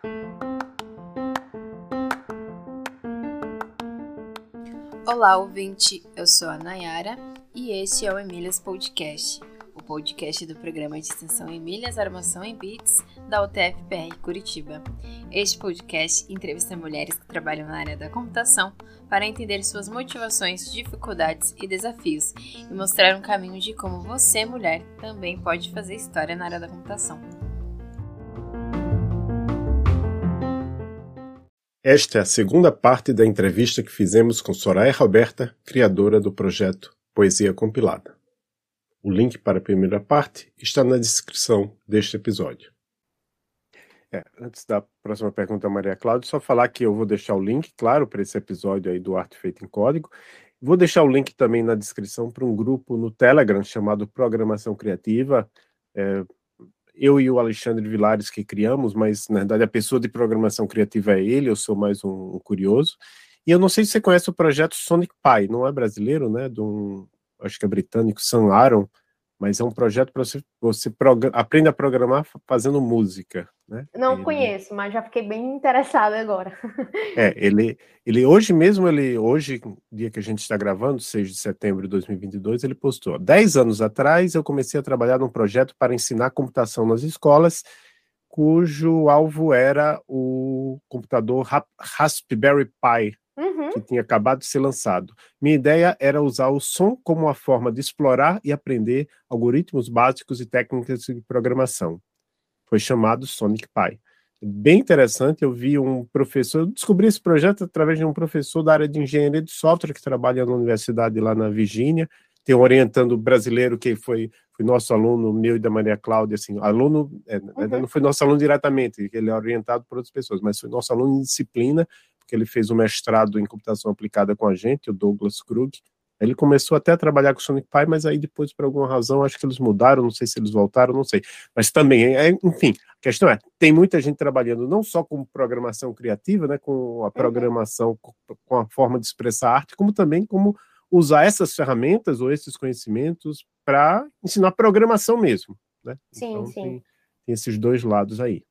Olá, ouvinte! Eu sou a Nayara e este é o Emílias Podcast, o podcast do programa de extensão Emílias Armação em Bits da UTF-PR Curitiba. Este podcast entrevista mulheres que trabalham na área da computação para entender suas motivações, dificuldades e desafios e mostrar um caminho de como você, mulher, também pode fazer história na área da computação. Esta é a segunda parte da entrevista que fizemos com Soraya Roberta, criadora do projeto Poesia Compilada. O link para a primeira parte está na descrição deste episódio. Antes da próxima pergunta, Maria Cláudia, só falar que eu vou deixar o link, claro, para esse episódio aí do Arte Feita em Código. Vou deixar o link também na descrição para um grupo no Telegram chamado Programação Criativa. Eu e o Alexandre Vilares que criamos, mas na verdade a pessoa de programação criativa é ele, eu sou mais um curioso. E eu não sei se você conhece o projeto Sonic Pi, não é brasileiro, né? Acho que é britânico, Sam Aaron, mas é um projeto para você aprende a programar fazendo música, né? Não conheço, mas já fiquei bem interessada agora. Ele hoje mesmo, hoje, dia que a gente está gravando, 6 de setembro de 2022, ele postou: 10 anos atrás eu comecei a trabalhar num projeto para ensinar computação nas escolas, cujo alvo era o computador Raspberry Pi, que tinha acabado de ser lançado. Minha ideia era usar o som como uma forma de explorar e aprender algoritmos básicos e técnicas de programação. Foi chamado Sonic Pi. Bem interessante, eu descobri esse projeto através de um professor da área de engenharia de software que trabalha na universidade lá na Virgínia. Tem um orientando brasileiro que foi nosso aluno, meu e da Maria Cláudia, assim, não foi nosso aluno diretamente, ele é orientado por outras pessoas, mas foi nosso aluno em disciplina, porque ele fez um mestrado em computação aplicada com a gente, o Douglas Krug. Ele começou até a trabalhar com o Sonic Pi, mas aí depois, por alguma razão, acho que eles mudaram, não sei se eles voltaram, não sei. Mas também, enfim, a questão tem muita gente trabalhando não só com programação criativa, né, com a programação, com a forma de expressar arte, como também como usar essas ferramentas ou esses conhecimentos para ensinar programação mesmo, né? Sim, então, sim. Tem esses dois lados aí.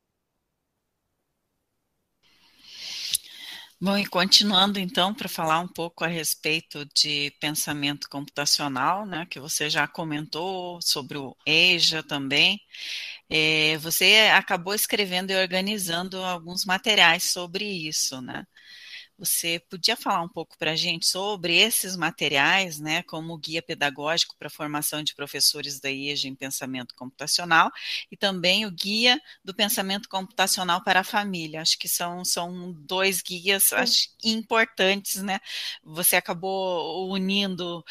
Bom, e continuando então para falar um pouco a respeito de pensamento computacional, né, que você já comentou sobre o EJA também, você acabou escrevendo e organizando alguns materiais sobre isso, né? Você podia falar um pouco para a gente sobre esses materiais, né, como guia pedagógico para a formação de professores da IEJA em pensamento computacional e também o guia do pensamento computacional para a família. Acho que são dois guias importantes, né? Você acabou unindo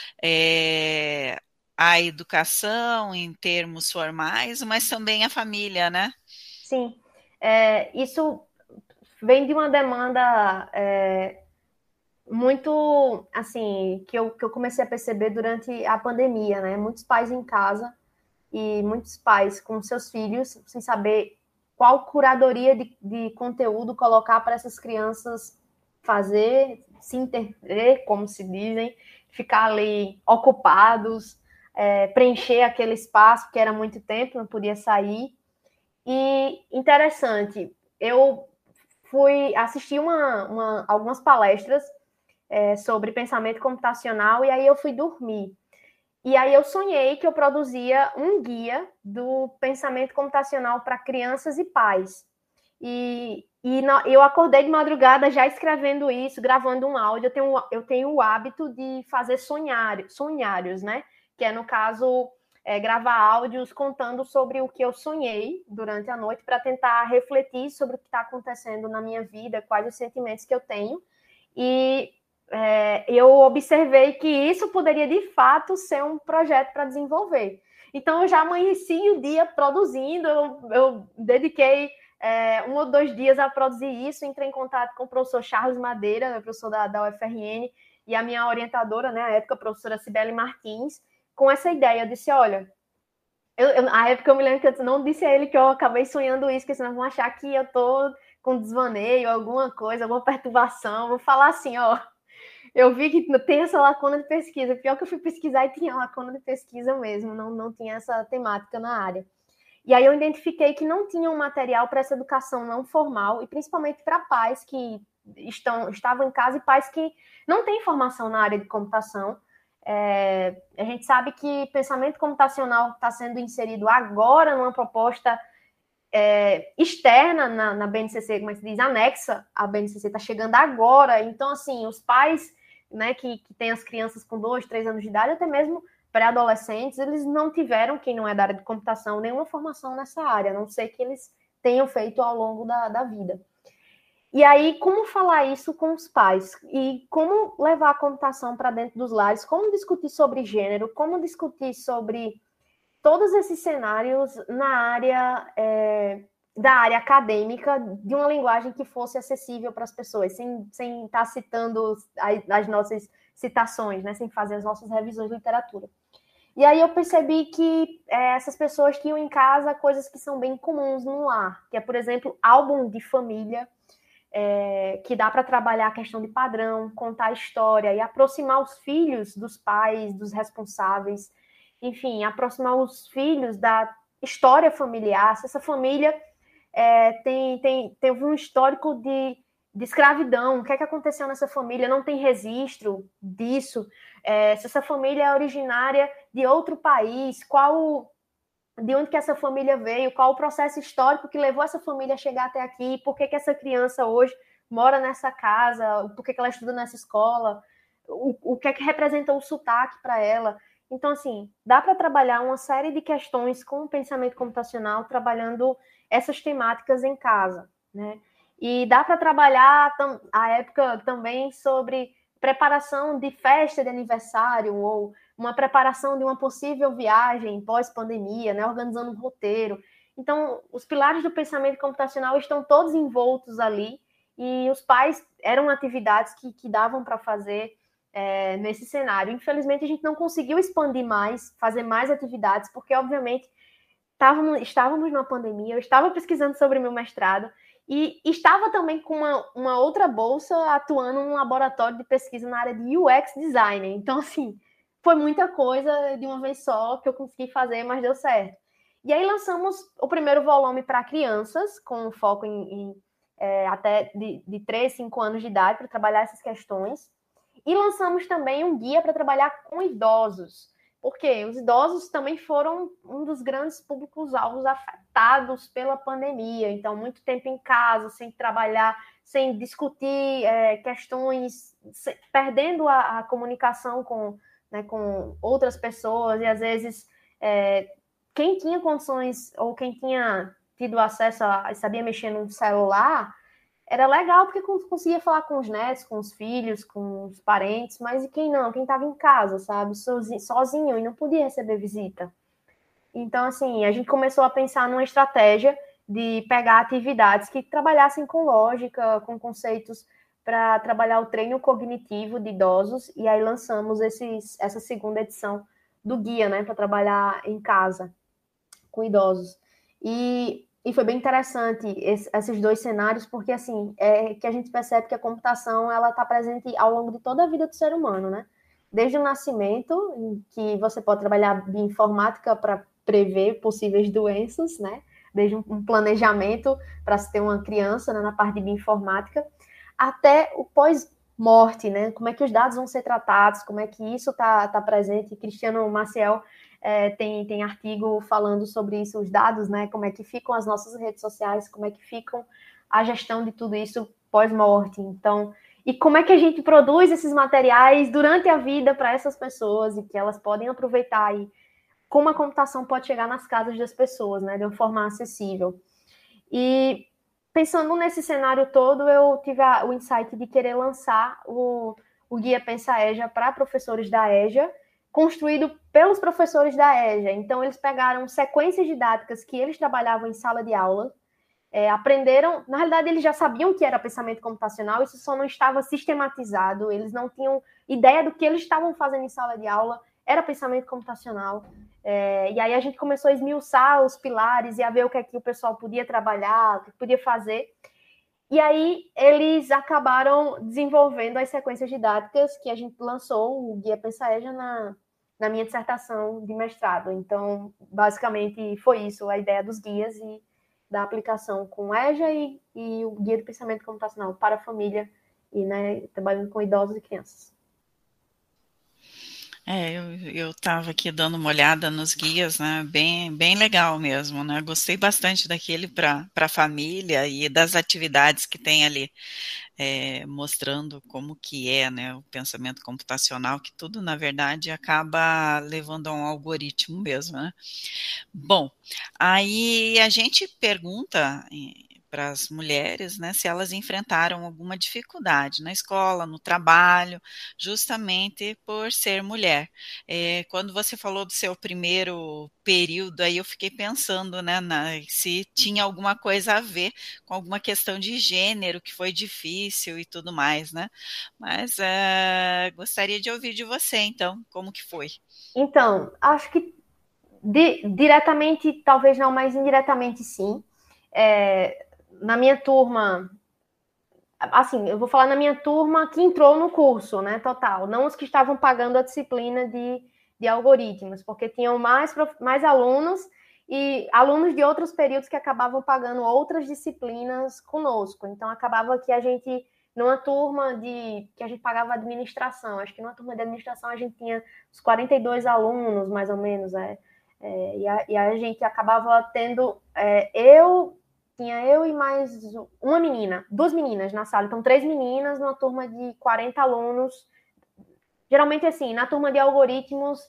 a educação em termos formais, mas também a família, né? Sim, isso vem de uma demanda muito, assim, que eu comecei a perceber durante a pandemia, né? Muitos pais em casa e muitos pais com seus filhos sem saber qual curadoria de conteúdo colocar para essas crianças fazer, se entender, como se dizem, ficar ali ocupados, preencher aquele espaço que era muito tempo, não podia sair. E interessante, eu fui assistir algumas palestras sobre pensamento computacional e aí eu fui dormir. E aí eu sonhei que eu produzia um guia do pensamento computacional para crianças e pais. Eu acordei de madrugada já escrevendo isso, gravando um áudio. Eu tenho o hábito de fazer sonhários, né? Que é, no caso, gravar áudios contando sobre o que eu sonhei durante a noite para tentar refletir sobre o que está acontecendo na minha vida, quais os sentimentos que eu tenho. E eu observei que isso poderia, de fato, ser um projeto para desenvolver. Então, eu já amanheci o dia produzindo, eu dediquei 1 ou 2 dias a produzir isso, entrei em contato com o professor Charles Madeira, professor da UFRN, e a minha orientadora, né, à época, a professora Cibele Martins, com essa ideia. Eu disse, olha, à época eu me lembro que eu não disse a ele que eu acabei sonhando isso, porque senão vão achar que eu estou com desvaneio, alguma coisa, alguma perturbação. Vou falar assim, ó, eu vi que tem essa lacuna de pesquisa. Pior que eu fui pesquisar e tinha lacuna de pesquisa mesmo, não tinha essa temática na área. E aí eu identifiquei que não tinha um material para essa educação não formal, e principalmente para pais que estavam em casa e pais que não têm formação na área de computação. A gente sabe que pensamento computacional está sendo inserido agora numa proposta externa na BNCC, como é que se diz, anexa à BNCC, está chegando agora. Então, assim, os pais, né, que têm as crianças com 2, 3 anos de idade, até mesmo pré-adolescentes, eles não tiveram, quem não é da área de computação, nenhuma formação nessa área, a não ser que eles tenham feito ao longo da vida. E aí, como falar isso com os pais? E como levar a computação para dentro dos lares? Como discutir sobre gênero? Como discutir sobre todos esses cenários na área da área acadêmica, de uma linguagem que fosse acessível para as pessoas, sem estar citando as nossas citações, né? Sem fazer as nossas revisões de literatura. E aí eu percebi que essas pessoas tinham em casa coisas que são bem comuns no lar, que é, por exemplo, álbum de família, que dá para trabalhar a questão de padrão, contar a história e aproximar os filhos dos pais, dos responsáveis, enfim, aproximar os da história familiar. Se essa família teve um histórico de escravidão, o que é que aconteceu nessa família, não tem registro disso, se essa família é originária de outro país, de onde que essa família veio, qual o processo histórico que levou essa família a chegar até aqui, por que essa criança hoje mora nessa casa, por que ela estuda nessa escola, o que é que representa o sotaque para ela. Então, assim, dá para trabalhar uma série de questões com o pensamento computacional, trabalhando essas temáticas em casa, né? E dá para trabalhar a época também sobre preparação de festa de aniversário ou uma preparação de uma possível viagem pós-pandemia, né? Organizando um roteiro. Então, os pilares do pensamento computacional estão todos envoltos ali e os pais eram atividades que davam para fazer nesse cenário. Infelizmente, a gente não conseguiu expandir mais, fazer mais atividades, porque, obviamente, estávamos numa pandemia, eu estava pesquisando sobre meu mestrado e estava também com uma outra bolsa atuando num laboratório de pesquisa na área de UX Design. Então, assim, foi muita coisa de uma vez só que eu consegui fazer, mas deu certo. E aí lançamos o primeiro volume para crianças, com foco em até de 3, 5 anos de idade, para trabalhar essas questões. E lançamos também um guia para trabalhar com idosos, porque os idosos também foram um dos grandes públicos-alvos afetados pela pandemia. Então, muito tempo em casa, sem trabalhar, sem discutir questões, perdendo a comunicação com outras pessoas. E, às vezes, quem tinha condições ou quem tinha tido acesso e sabia mexer num celular, era legal porque conseguia falar com os netos, com os filhos, com os parentes, mas e quem não? Quem estava em casa, sabe? Sozinho e não podia receber visita. Então, assim, a gente começou a pensar numa estratégia de pegar atividades que trabalhassem com lógica, com conceitos para trabalhar o treino cognitivo de idosos, e aí lançamos essa segunda edição do guia, né, para trabalhar em casa com idosos. E foi bem interessante esses dois cenários, porque, assim, que a gente percebe que a computação, ela está presente ao longo de toda a vida do ser humano, né? Desde o nascimento, em que você pode trabalhar bioinformática para prever possíveis doenças, né? Desde um planejamento para se ter uma criança, né, na parte de bioinformática, até o pós-morte, né? Como é que os dados vão ser tratados, como é que isso está presente. Cristiano Maciel tem artigo falando sobre isso, os dados, né? Como é que ficam as nossas redes sociais, como é que ficam a gestão de tudo isso pós-morte. Então, e como é que a gente produz esses materiais durante a vida para essas pessoas e que elas podem aproveitar aí, como a computação pode chegar nas casas das pessoas, né? De uma forma acessível. E pensando nesse cenário todo, eu tive o insight de querer lançar o Guia Pensa EJA para professores da EJA, construído pelos professores da EJA. Então, eles pegaram sequências didáticas que eles trabalhavam em sala de aula, aprenderam, na realidade, eles já sabiam que era pensamento computacional, isso só não estava sistematizado, eles não tinham ideia do que eles estavam fazendo em sala de aula, era pensamento computacional. E aí a gente começou a esmiuçar os pilares e a ver o que é que o pessoal podia trabalhar, o que podia fazer. E aí eles acabaram desenvolvendo as sequências didáticas que a gente lançou, o Guia Pensa EJA, na minha dissertação de mestrado. Então, basicamente, foi isso, a ideia dos guias e da aplicação com o EJA e o Guia do Pensamento Computacional para a Família, e, né, trabalhando com idosos e crianças. Eu estava aqui dando uma olhada nos guias, né? Bem legal mesmo, né? Gostei bastante daquele para a família e das atividades que tem ali, mostrando como que é, né, o pensamento computacional, que tudo, na verdade, acaba levando a um algoritmo mesmo, né? Bom, aí a gente pergunta para as mulheres, né, se elas enfrentaram alguma dificuldade na escola, no trabalho, justamente por ser mulher. Quando você falou do seu primeiro período, aí eu fiquei pensando, né, se tinha alguma coisa a ver com alguma questão de gênero que foi difícil e tudo mais, né? Mas gostaria de ouvir de você, então, como que foi? Então, acho que diretamente, talvez não, mas indiretamente sim. Na minha turma, assim, eu vou falar na minha turma que entrou no curso, né, total, não os que estavam pagando a disciplina de algoritmos, porque tinham mais alunos e alunos de outros períodos que acabavam pagando outras disciplinas conosco. Então, acabava que a gente, numa turma que a gente pagava administração, acho que numa turma de administração a gente tinha uns 42 alunos, mais ou menos, e a gente acabava tendo, tinha eu e mais uma menina, 2 meninas na sala, então 3 meninas numa turma de 40 alunos. Geralmente, assim, na turma de algoritmos,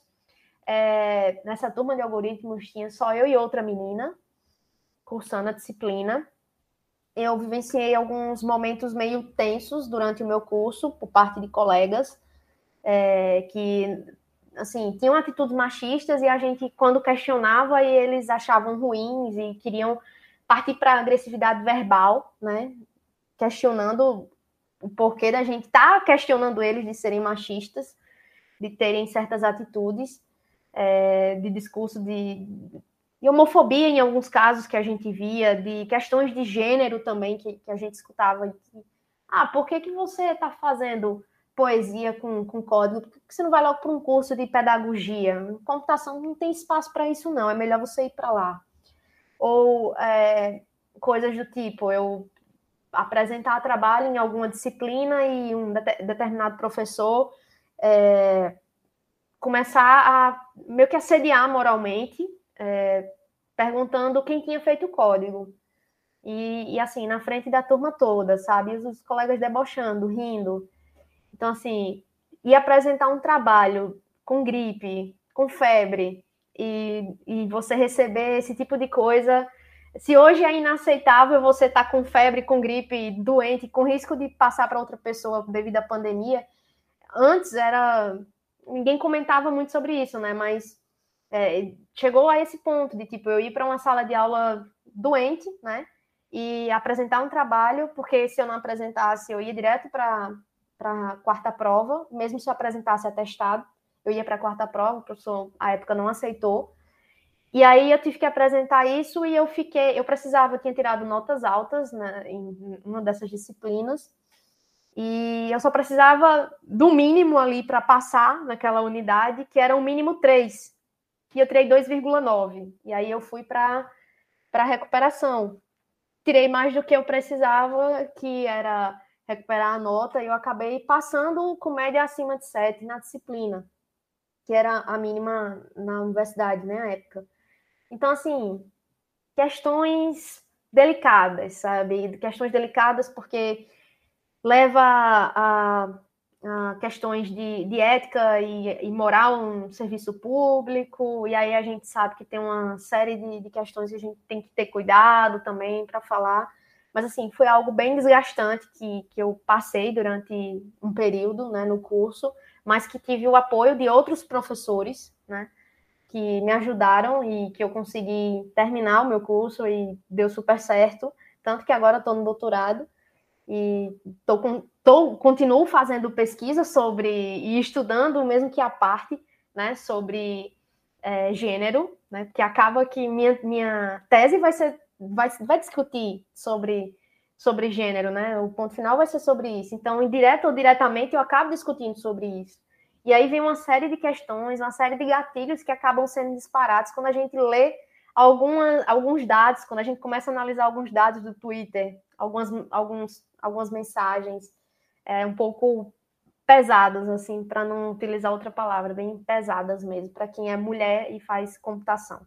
nessa turma de algoritmos tinha só eu e outra menina cursando a disciplina. Eu vivenciei alguns momentos meio tensos durante o meu curso, por parte de colegas, que, assim, tinham atitudes machistas e a gente, quando questionava, eles achavam ruins e queriam partir para agressividade verbal, né? Questionando o porquê da gente estar questionando eles de serem machistas, de terem certas atitudes, de discurso de homofobia em alguns casos que a gente via, de questões de gênero também que a gente escutava. Por que você está fazendo poesia com código? Por que você não vai logo para um curso de pedagogia? Computação não tem espaço para isso, não. É melhor você ir para lá. Ou coisas do tipo, eu apresentar trabalho em alguma disciplina e um determinado professor começar a meio que assediar moralmente, perguntando quem tinha feito o código. E assim, na frente da turma toda, sabe? Os colegas debochando, rindo. Então, assim, ir apresentar um trabalho com gripe, com febre, e você receber esse tipo de coisa. Se hoje é inaceitável você estar com febre, com gripe, doente, com risco de passar para outra pessoa devido à pandemia, antes ninguém comentava muito sobre isso, né? Mas chegou a esse ponto de, tipo, eu ir para uma sala de aula doente, né? E apresentar um trabalho, porque se eu não apresentasse, eu ia direto para a quarta prova, mesmo se eu apresentasse atestado, eu ia para a quarta prova, o professor, à época, não aceitou. E aí eu tive que apresentar isso e eu tinha tirado notas altas, né, em uma dessas disciplinas, e eu só precisava do mínimo ali para passar naquela unidade, que era um mínimo 3, que eu tirei 2,9. E aí eu fui para a recuperação. Tirei mais do que eu precisava, que era recuperar a nota, e eu acabei passando com média acima de 7 na disciplina, que era a mínima na universidade, né, na época. Então, assim, questões delicadas, sabe? Questões delicadas porque leva a questões de ética e moral no serviço público, e aí a gente sabe que tem uma série de questões que a gente tem que ter cuidado também para falar. Mas, assim, foi algo bem desgastante que eu passei durante um período, né, no curso, mas que tive o apoio de outros professores, né, que me ajudaram e que eu consegui terminar o meu curso e deu super certo, tanto que agora estou no doutorado e continuo fazendo pesquisa e estudando, mesmo que a parte, né, sobre gênero, né, porque acaba que minha tese vai discutir sobre gênero, né, o ponto final vai ser sobre isso. Então, indireto ou diretamente, eu acabo discutindo sobre isso. E aí vem uma série de questões, uma série de gatilhos que acabam sendo disparados quando a gente lê alguns dados, quando a gente começa a analisar alguns dados do Twitter, algumas mensagens um pouco pesadas, assim, para não utilizar outra palavra, bem pesadas mesmo, para quem é mulher e faz computação.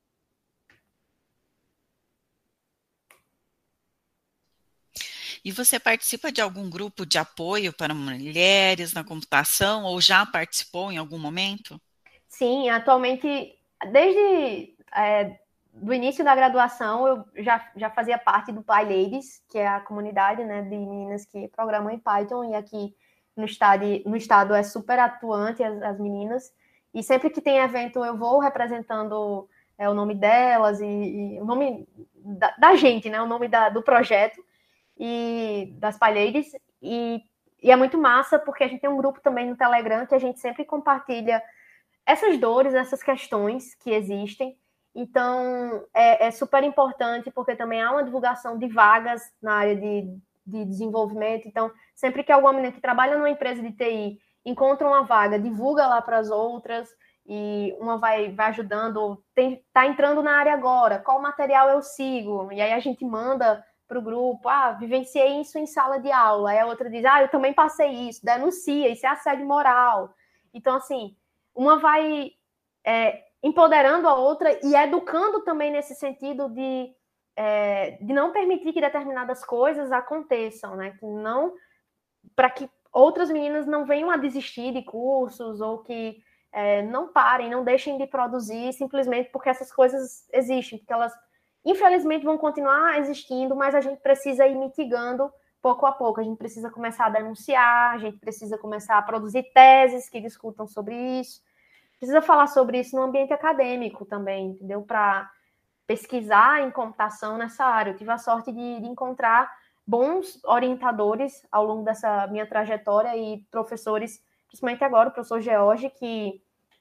E você participa de algum grupo de apoio para mulheres na computação ou já participou em algum momento? Sim, atualmente, desde do início da graduação, eu já fazia parte do PyLadies, que é a comunidade, né, de meninas que programam em Python, e aqui no estado é super atuante as meninas, e sempre que tem evento eu vou representando o nome delas e o nome da gente, né, o nome do projeto, e das PyLadies, e é muito massa, porque a gente tem um grupo também no Telegram que a gente sempre compartilha essas dores, essas questões que existem. Então, é super importante, porque também há uma divulgação de vagas na área de desenvolvimento. Então, sempre que alguma menina que trabalha numa empresa de TI encontra uma vaga, divulga lá para as outras, e uma vai ajudando, tá entrando na área agora, qual material eu sigo? E aí a gente manda para o grupo, vivenciei isso em sala de aula. Aí a outra diz, eu também passei isso, denuncia, isso é assédio moral. Então, assim, uma vai empoderando a outra e educando também nesse sentido de não permitir que determinadas coisas aconteçam, né? Para que outras meninas não venham a desistir de cursos ou que não parem, não deixem de produzir simplesmente porque essas coisas existem, porque elas infelizmente vão continuar existindo, mas a gente precisa ir mitigando pouco a pouco. A gente precisa começar a denunciar, a gente precisa começar a produzir teses que discutam sobre isso, precisa falar sobre isso no ambiente acadêmico também, entendeu? Para pesquisar em computação nessa área. Eu tive a sorte de encontrar bons orientadores ao longo dessa minha trajetória e professores, principalmente agora, o professor George, que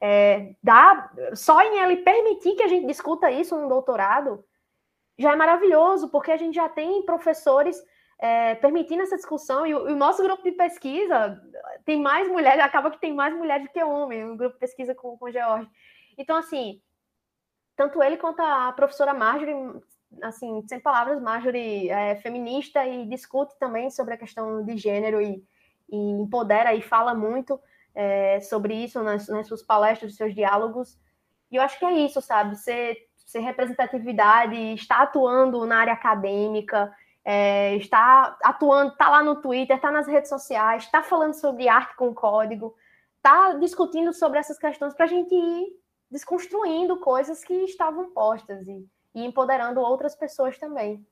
só em ele permitir que a gente discuta isso no doutorado, já é maravilhoso, porque a gente já tem professores permitindo essa discussão, e o nosso grupo de pesquisa tem mais mulheres, acaba que tem mais mulheres do que homens, o grupo de pesquisa com o George. Então, assim, tanto ele quanto a professora Marjorie, assim, sem palavras, Marjorie é feminista e discute também sobre a questão de gênero e empodera e fala muito sobre isso nas suas palestras, nos seus diálogos. E eu acho que é isso, sabe? Ser representatividade, estar atuando na área acadêmica, está atuando, está lá no Twitter, está nas redes sociais, está falando sobre arte com código, está discutindo sobre essas questões para a gente ir desconstruindo coisas que estavam postas e empoderando outras pessoas também.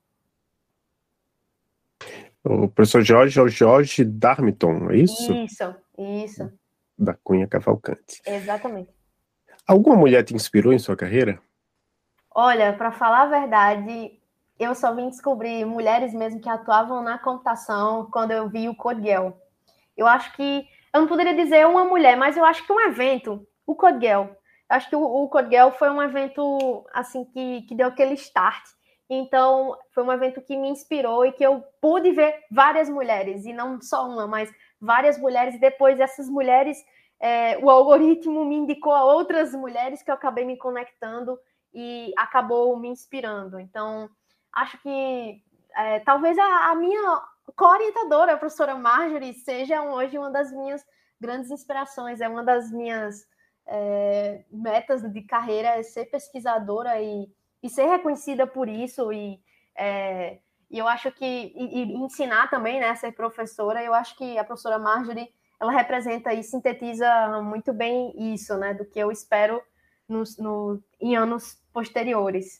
O professor Jorge é o Jorge Darmiton, é isso? Isso. Da Cunha Cavalcante. Exatamente. Alguma mulher te inspirou em sua carreira? Olha, para falar a verdade, eu só vim descobrir mulheres mesmo que atuavam na computação quando eu vi o CodeGirl. Eu acho que, eu não poderia dizer uma mulher, mas eu acho que um evento, o CodeGirl. Eu acho que o CodeGirl foi um evento assim que deu aquele start. Então, foi um evento que me inspirou e que eu pude ver várias mulheres, e não só uma, mas várias mulheres, e depois essas mulheres, o algoritmo me indicou a outras mulheres que eu acabei me conectando e acabou me inspirando. Então, acho que talvez a minha co-orientadora, a professora Marjorie, seja hoje uma das minhas grandes inspirações, é uma das minhas metas de carreira, é ser pesquisadora e ser reconhecida por isso, e eu acho que e ensinar também, né, ser professora. Eu acho que a professora Marjorie, ela representa e sintetiza muito bem isso, né, do que eu espero em anos posteriores.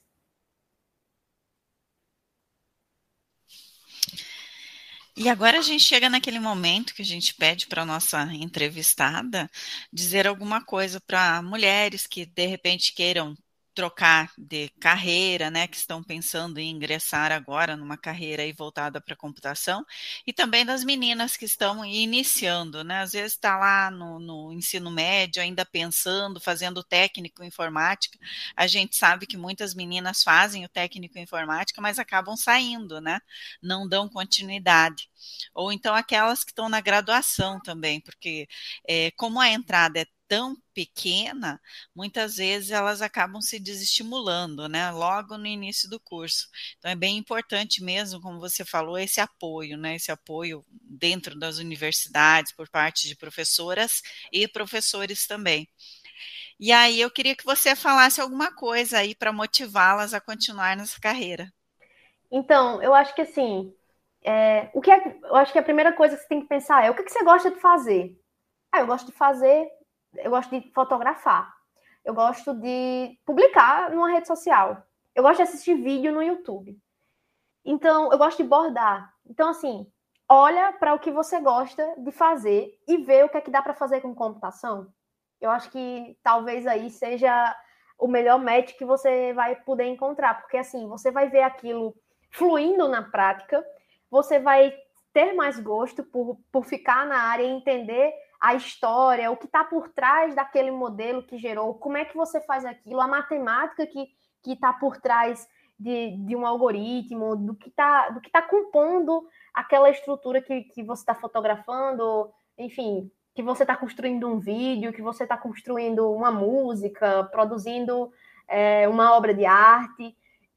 E agora a gente chega naquele momento que a gente pede para a nossa entrevistada dizer alguma coisa para mulheres que de repente queiram trocar de carreira, né, que estão pensando em ingressar agora numa carreira aí voltada para a computação, e também das meninas que estão iniciando, né, às vezes está lá no ensino médio ainda pensando, fazendo técnico em informática. A gente sabe que muitas meninas fazem o técnico em informática, mas acabam saindo, né, não dão continuidade. ou então aquelas que estão na graduação também, porque como a entrada é tão pequena, muitas vezes elas acabam se desestimulando, né, logo no início do curso. Então é bem importante mesmo, como você falou, esse apoio, né, esse apoio dentro das universidades por parte de professoras e professores também. E aí eu queria que você falasse alguma coisa aí para motivá-las a continuar nessa carreira. Então, eu acho que assim, eu acho que a primeira coisa que você tem que pensar é o que você gosta de fazer. Eu gosto de fotografar. Eu gosto de publicar numa rede social. Eu gosto de assistir vídeo no YouTube. Então, eu gosto de bordar. Então, assim, olha para o que você gosta de fazer e vê o que é que dá para fazer com computação. Eu acho que talvez aí seja o melhor match que você vai poder encontrar, porque assim, você vai ver aquilo fluindo na prática, você vai ter mais gosto por ficar na área e entender a história, o que está por trás daquele modelo que gerou, como é que você faz aquilo, a matemática que está por trás de um algoritmo, do que tá compondo aquela estrutura que você está fotografando, enfim, que você está construindo um vídeo, que você está construindo uma música, produzindo uma obra de arte,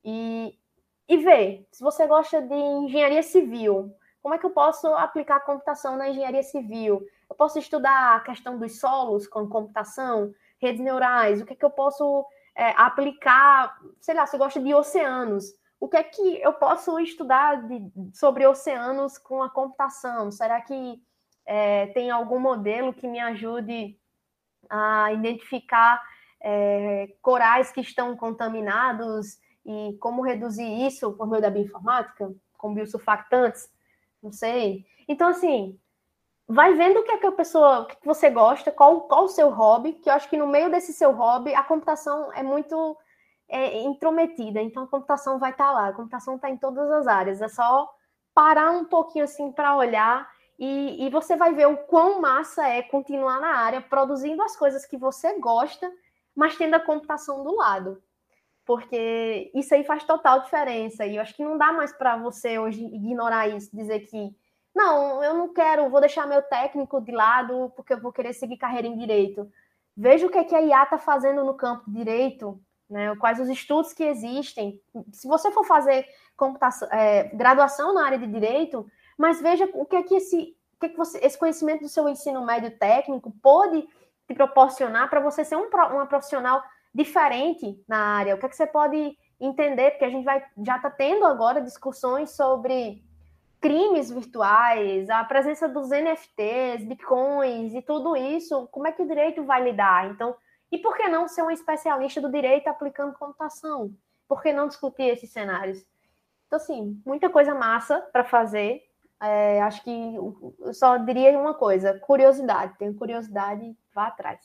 e ver se você gosta de engenharia civil, como é que eu posso aplicar a computação na engenharia civil? Eu posso estudar a questão dos solos com computação, redes neurais, o que é que eu posso aplicar, sei lá, se eu gosto de oceanos, o que é que eu posso estudar sobre oceanos com a computação? Será que tem algum modelo que me ajude a identificar corais que estão contaminados e como reduzir isso por meio da bioinformática, com biosurfactantes? Não sei. Então, assim, vai vendo o que é que a pessoa, o que você gosta, qual o seu hobby, que eu acho que no meio desse seu hobby, a computação é muito intrometida, então a computação vai estar lá, a computação está em todas as áreas, é só parar um pouquinho assim para olhar e você vai ver o quão massa é continuar na área, produzindo as coisas que você gosta, mas tendo a computação do lado, porque isso aí faz total diferença, e eu acho que não dá mais para você hoje ignorar isso, dizer que não, eu não quero, vou deixar meu técnico de lado porque eu vou querer seguir carreira em direito. Veja o que a IA está fazendo no campo de direito, né? Quais os estudos que existem. Se você for fazer graduação na área de direito, mas veja o que é que esse conhecimento do seu ensino médio técnico pode te proporcionar para você ser uma profissional diferente na área. O que é que você pode entender, porque a gente já está tendo agora discussões sobre crimes virtuais, a presença dos NFTs, bitcoins e tudo isso, como é que o direito vai lidar? Então, e por que não ser um especialista do direito aplicando computação? Por que não discutir esses cenários? Então, assim, muita coisa massa para fazer. Acho que eu só diria uma coisa: curiosidade. Tenho curiosidade, vá atrás.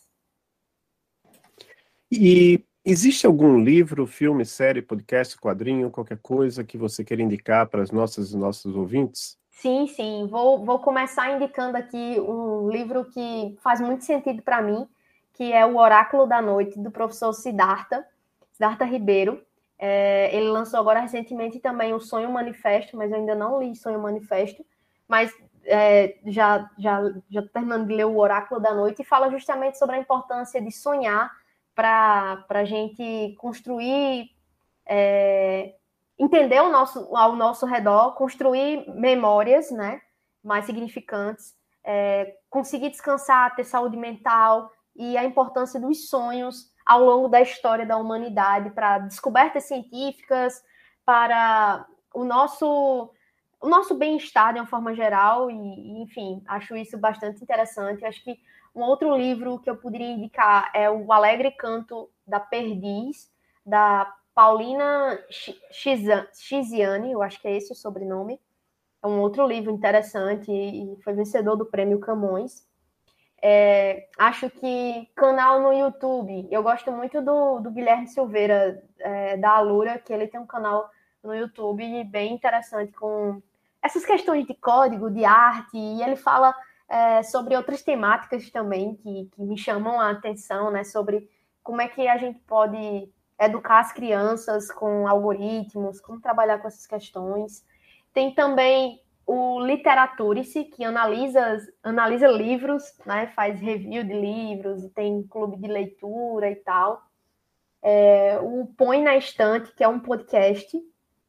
E existe algum livro, filme, série, podcast, quadrinho, qualquer coisa que você queira indicar para as nossos ouvintes? Sim. Vou começar indicando aqui um livro que faz muito sentido para mim, que é O Oráculo da Noite, do professor Siddhartha Ribeiro. Ele lançou agora recentemente também o Sonho Manifesto, mas eu ainda não li Sonho Manifesto, mas já terminando de ler O Oráculo da Noite, e fala justamente sobre a importância de sonhar para a gente construir, entender ao nosso redor, construir memórias, né, mais significantes, conseguir descansar, ter saúde mental, e a importância dos sonhos ao longo da história da humanidade para descobertas científicas, para o nosso bem-estar de uma forma geral, e enfim, acho isso bastante interessante. Acho que um outro livro que eu poderia indicar é O Alegre Canto da Perdiz, da Paulina Chiziane, eu acho que é esse o sobrenome. É um outro livro interessante e foi vencedor do Prêmio Camões. Acho que canal no YouTube, eu gosto muito do Guilherme Silveira, da Alura, que ele tem um canal no YouTube bem interessante com essas questões de código, de arte, e ele fala sobre outras temáticas também que me chamam a atenção, né, sobre como é que a gente pode educar as crianças com algoritmos, como trabalhar com essas questões. Tem também o Literaturice, que analisa livros, né? Faz review de livros, tem clube de leitura e tal. O Põe na Estante, que é um podcast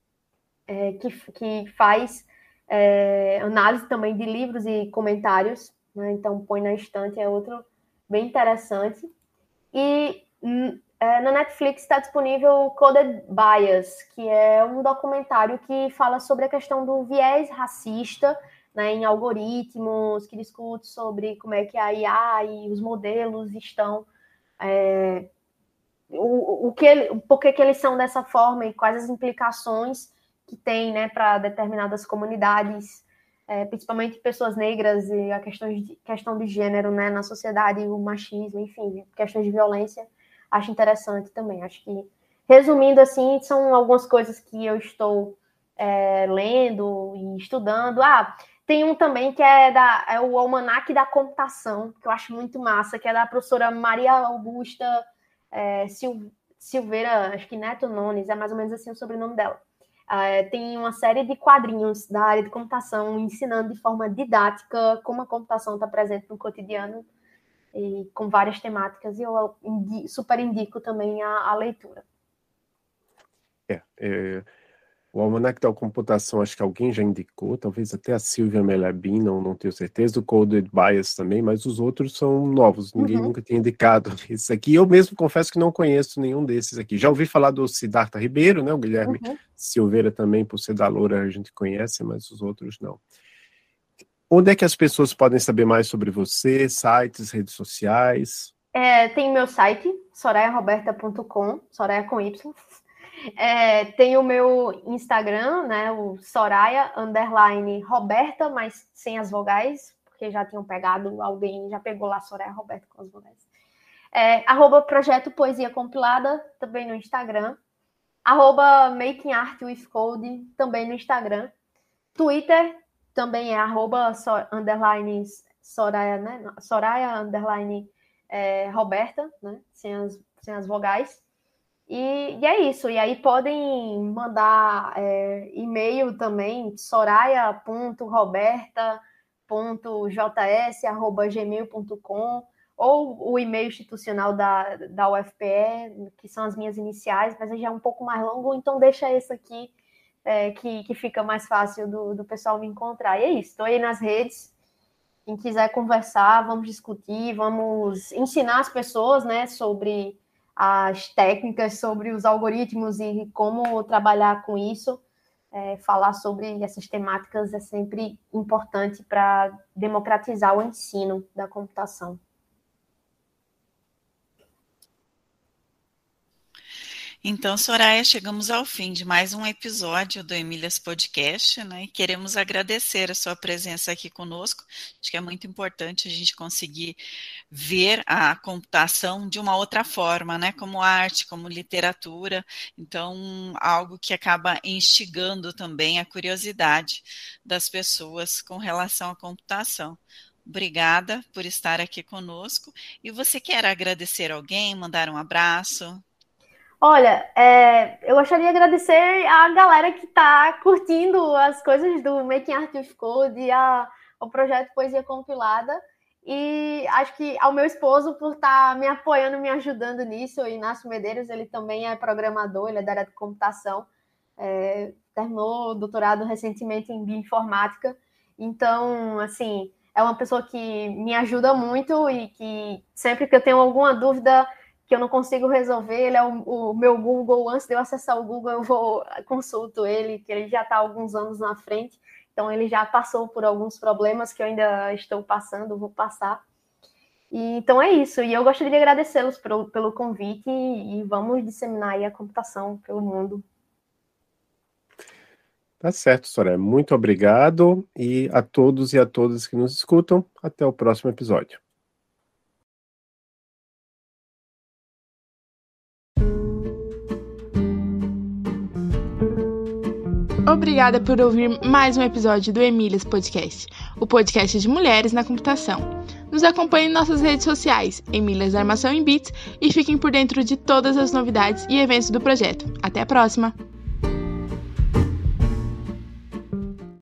que faz análise também de livros e comentários, né? Então, Põe na Estante é outro bem interessante. E na Netflix está disponível Coded Bias, que é um documentário que fala sobre a questão do viés racista, né, em algoritmos, que discute sobre como é que a IA e os modelos estão... por que eles são dessa forma e quais as implicações que tem, né, para determinadas comunidades, principalmente pessoas negras, e a questão de gênero, né, na sociedade, o machismo, enfim, questões de violência. Acho interessante também. Acho que, resumindo assim, são algumas coisas que eu estou lendo e estudando. Tem um também que é o Almanaque da Computação, que eu acho muito massa, que é da professora Maria Augusta Silveira, acho que Neto Nunes, é mais ou menos assim o sobrenome dela. Tem uma série de quadrinhos da área de computação ensinando de forma didática como a computação está presente no cotidiano e com várias temáticas, e eu super indico também a leitura. O Almanac da Computação, acho que alguém já indicou, talvez até a Silvia Melabin, não tenho certeza, do Coded Bias também, mas os outros são novos, ninguém nunca tinha indicado isso aqui. Eu mesmo confesso que não conheço nenhum desses aqui. Já ouvi falar do Siddhartha Ribeiro, né? O Guilherme Silveira também, por ser da Loura, a gente conhece, mas os outros não. Onde é que as pessoas podem saber mais sobre você? Sites, redes sociais? Tem meu site, sorayaroberta.com, Soraya com Y. Tem o meu Instagram, né, o Soraya_Roberta, mas sem as vogais, porque já tinham pegado, alguém já pegou lá Soraya Roberta com as vogais. @Projeto Poesia Compilada, também no Instagram. @Making Art with Code, também no Instagram. Twitter, também é @Soraya, né? Soraya_Roberta, né? Sem as vogais. E é isso. E aí podem mandar e-mail também, soraya.roberta.js@gmail.com, ou o e-mail institucional da UFPE, que são as minhas iniciais, mas já é um pouco mais longo, então deixa esse aqui, que fica mais fácil do pessoal me encontrar. E é isso, estou aí nas redes. Quem quiser conversar, vamos discutir, vamos ensinar as pessoas, né, sobre as técnicas, sobre os algoritmos e como trabalhar com isso. Falar sobre essas temáticas é sempre importante para democratizar o ensino da computação. Então, Soraya, chegamos ao fim de mais um episódio do Emílias Podcast, né? E queremos agradecer a sua presença aqui conosco. Acho que é muito importante a gente conseguir ver a computação de uma outra forma, né? Como arte, como literatura. Então, algo que acaba instigando também a curiosidade das pessoas com relação à computação. Obrigada por estar aqui conosco. E você quer agradecer alguém, mandar um abraço? Olha, eu gostaria de agradecer a galera que está curtindo as coisas do Making Art with Code, o projeto Poesia Compilada, e acho que ao meu esposo por estar me apoiando, me ajudando nisso. O Inácio Medeiros, ele também é programador, ele é da área de computação, terminou o doutorado recentemente em bioinformática, então, assim, é uma pessoa que me ajuda muito e que sempre que eu tenho alguma dúvida que eu não consigo resolver, ele é o meu Google. Antes de eu acessar o Google, eu consulto ele, que ele já está há alguns anos na frente, então ele já passou por alguns problemas que eu ainda estou passando, vou passar. Então é isso, e eu gostaria de agradecê-los pelo convite e vamos disseminar aí a computação pelo mundo. Tá certo, Soraya. Muito obrigado, e a todos e a todas que nos escutam, até o próximo episódio. Obrigada por ouvir mais um episódio do Emílias Podcast, o podcast de mulheres na computação. Nos acompanhe em nossas redes sociais, Emílias Armação em Bits, e fiquem por dentro de todas as novidades e eventos do projeto. Até a próxima!